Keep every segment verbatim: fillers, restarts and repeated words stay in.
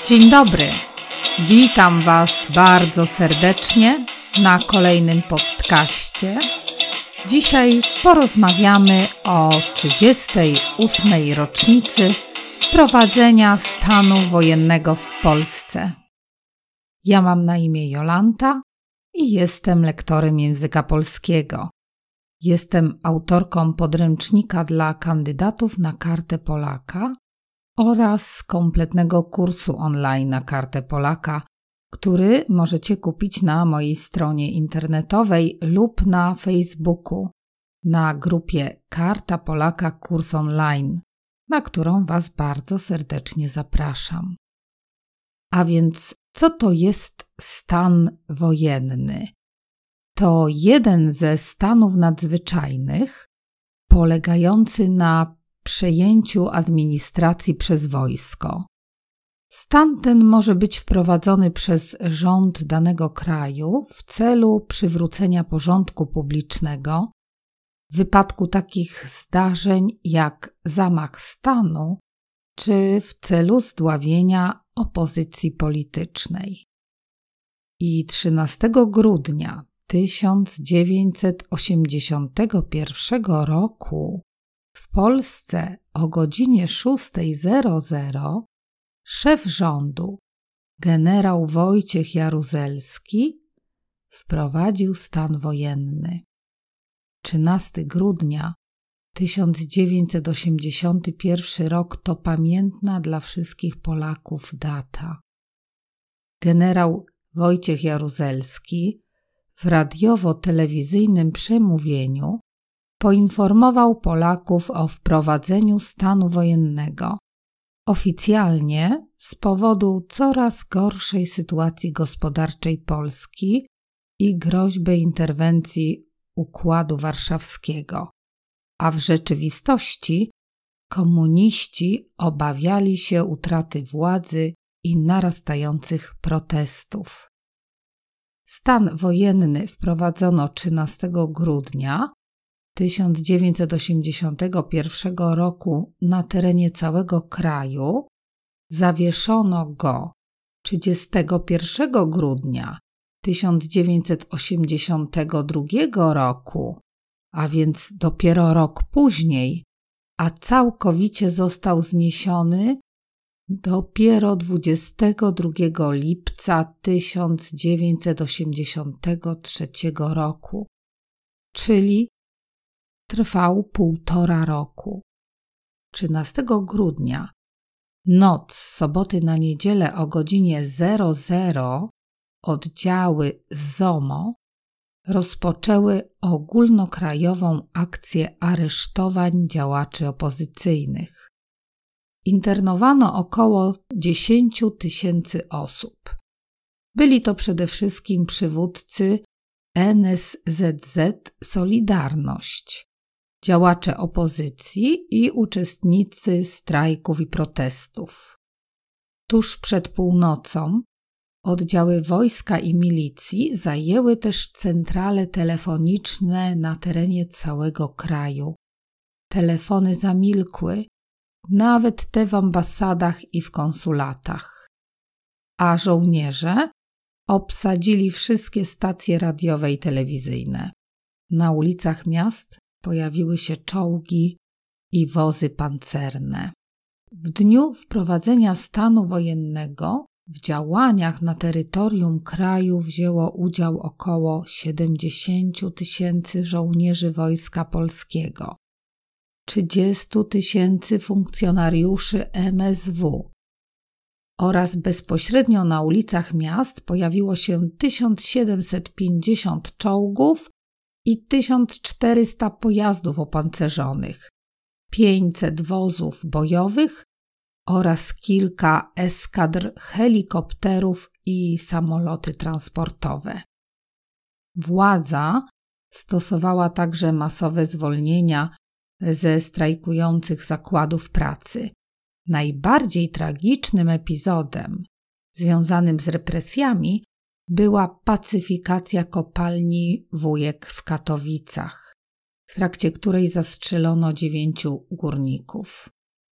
Dzień dobry, witam Was bardzo serdecznie na kolejnym podcaście. Dzisiaj porozmawiamy o trzydziestej ósmej rocznicy wprowadzenia stanu wojennego w Polsce. Ja mam na imię Jolanta i jestem lektorem języka polskiego. Jestem autorką podręcznika dla kandydatów na Kartę Polaka oraz kompletnego kursu online na Kartę Polaka, który możecie kupić na mojej stronie internetowej lub na Facebooku na grupie Karta Polaka Kurs Online, na którą Was bardzo serdecznie zapraszam. A więc co to jest stan wojenny? To jeden ze stanów nadzwyczajnych polegający na przejęciu administracji przez wojsko. Stan ten może być wprowadzony przez rząd danego kraju w celu przywrócenia porządku publicznego w wypadku takich zdarzeń jak zamach stanu czy w celu zdławienia opozycji politycznej. I trzynastego grudnia tysiąc dziewięćset osiemdziesiątego pierwszego roku w Polsce o godzinie szóstej szef rządu, generał Wojciech Jaruzelski, wprowadził stan wojenny. trzynastego grudnia tysiąc dziewięćset osiemdziesiąty pierwszy rok to pamiętna dla wszystkich Polaków data. Generał Wojciech Jaruzelski w radiowo-telewizyjnym przemówieniu poinformował Polaków o wprowadzeniu stanu wojennego, oficjalnie z powodu coraz gorszej sytuacji gospodarczej Polski i groźby interwencji Układu Warszawskiego, a w rzeczywistości komuniści obawiali się utraty władzy i narastających protestów. Stan wojenny wprowadzono trzynastego grudnia tysiąc dziewięćset osiemdziesiątego pierwszego roku na terenie całego kraju, zawieszono go trzydziestego pierwszego grudnia tysiąc dziewięćset osiemdziesiątego drugiego roku, a więc dopiero rok później, a całkowicie został zniesiony dopiero dwudziestego drugiego lipca tysiąc dziewięćset osiemdziesiątego trzeciego roku, czyli trwał półtora roku. trzynastego grudnia, noc z soboty na niedzielę o godzinie zero zero oddziały ZOMO rozpoczęły ogólnokrajową akcję aresztowań działaczy opozycyjnych. Internowano około dziesięć tysięcy osób. Byli to przede wszystkim przywódcy N S Z Z Solidarność, działacze opozycji i uczestnicy strajków i protestów. Tuż przed północą oddziały wojska i milicji zajęły też centrale telefoniczne na terenie całego kraju. Telefony zamilkły, nawet te w ambasadach i w konsulatach. A żołnierze obsadzili wszystkie stacje radiowe i telewizyjne. Na ulicach miast pojawiły się czołgi i wozy pancerne. W dniu wprowadzenia stanu wojennego w działaniach na terytorium kraju wzięło udział około siedemdziesiąt tysięcy żołnierzy Wojska Polskiego, trzydzieści tysięcy funkcjonariuszy M S W oraz bezpośrednio na ulicach miast pojawiło się tysiąc siedemset pięćdziesiąt czołgów i tysiąc czterysta pojazdów opancerzonych, pięćset wozów bojowych oraz kilka eskadr helikopterów i samoloty transportowe. Władza stosowała także masowe zwolnienia ze strajkujących zakładów pracy. Najbardziej tragicznym epizodem związanym z represjami była pacyfikacja kopalni Wujek w Katowicach, w trakcie której zastrzelono dziewięciu górników.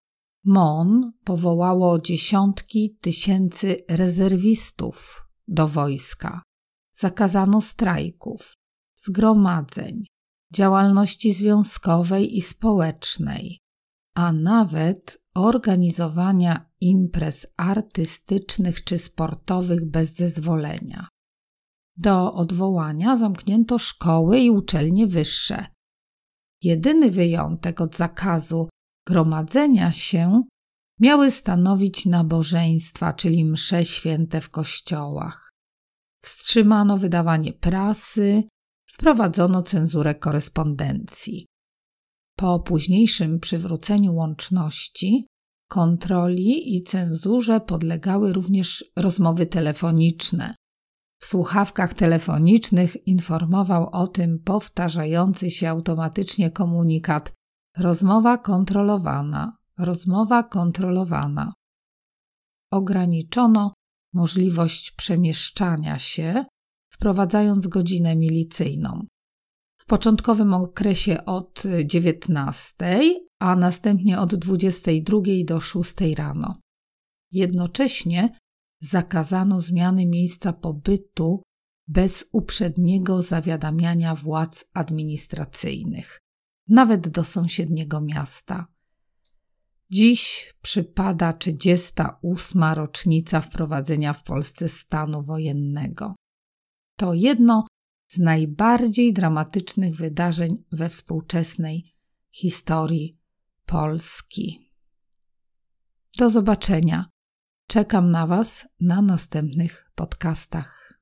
M O N powołało dziesiątki tysięcy rezerwistów do wojska. Zakazano strajków, zgromadzeń, działalności związkowej i społecznej, a nawet organizowania imprez artystycznych czy sportowych bez zezwolenia. Do odwołania zamknięto szkoły i uczelnie wyższe. Jedyny wyjątek od zakazu gromadzenia się miały stanowić nabożeństwa, czyli msze święte w kościołach. Wstrzymano wydawanie prasy, wprowadzono cenzurę korespondencji. Po późniejszym przywróceniu łączności, kontroli i cenzurze podlegały również rozmowy telefoniczne. W słuchawkach telefonicznych informował o tym powtarzający się automatycznie komunikat: rozmowa kontrolowana, rozmowa kontrolowana. Ograniczono możliwość przemieszczania się, wprowadzając godzinę milicyjną. W początkowym okresie od dziewiętnastej, a następnie od dwudziestej drugiej do szóstej rano. Jednocześnie zakazano zmiany miejsca pobytu bez uprzedniego zawiadamiania władz administracyjnych, nawet do sąsiedniego miasta. Dziś przypada trzydziesta ósma rocznica wprowadzenia w Polsce stanu wojennego. To jedno z najbardziej dramatycznych wydarzeń we współczesnej historii Polski. Do zobaczenia. Czekam na Was na następnych podcastach.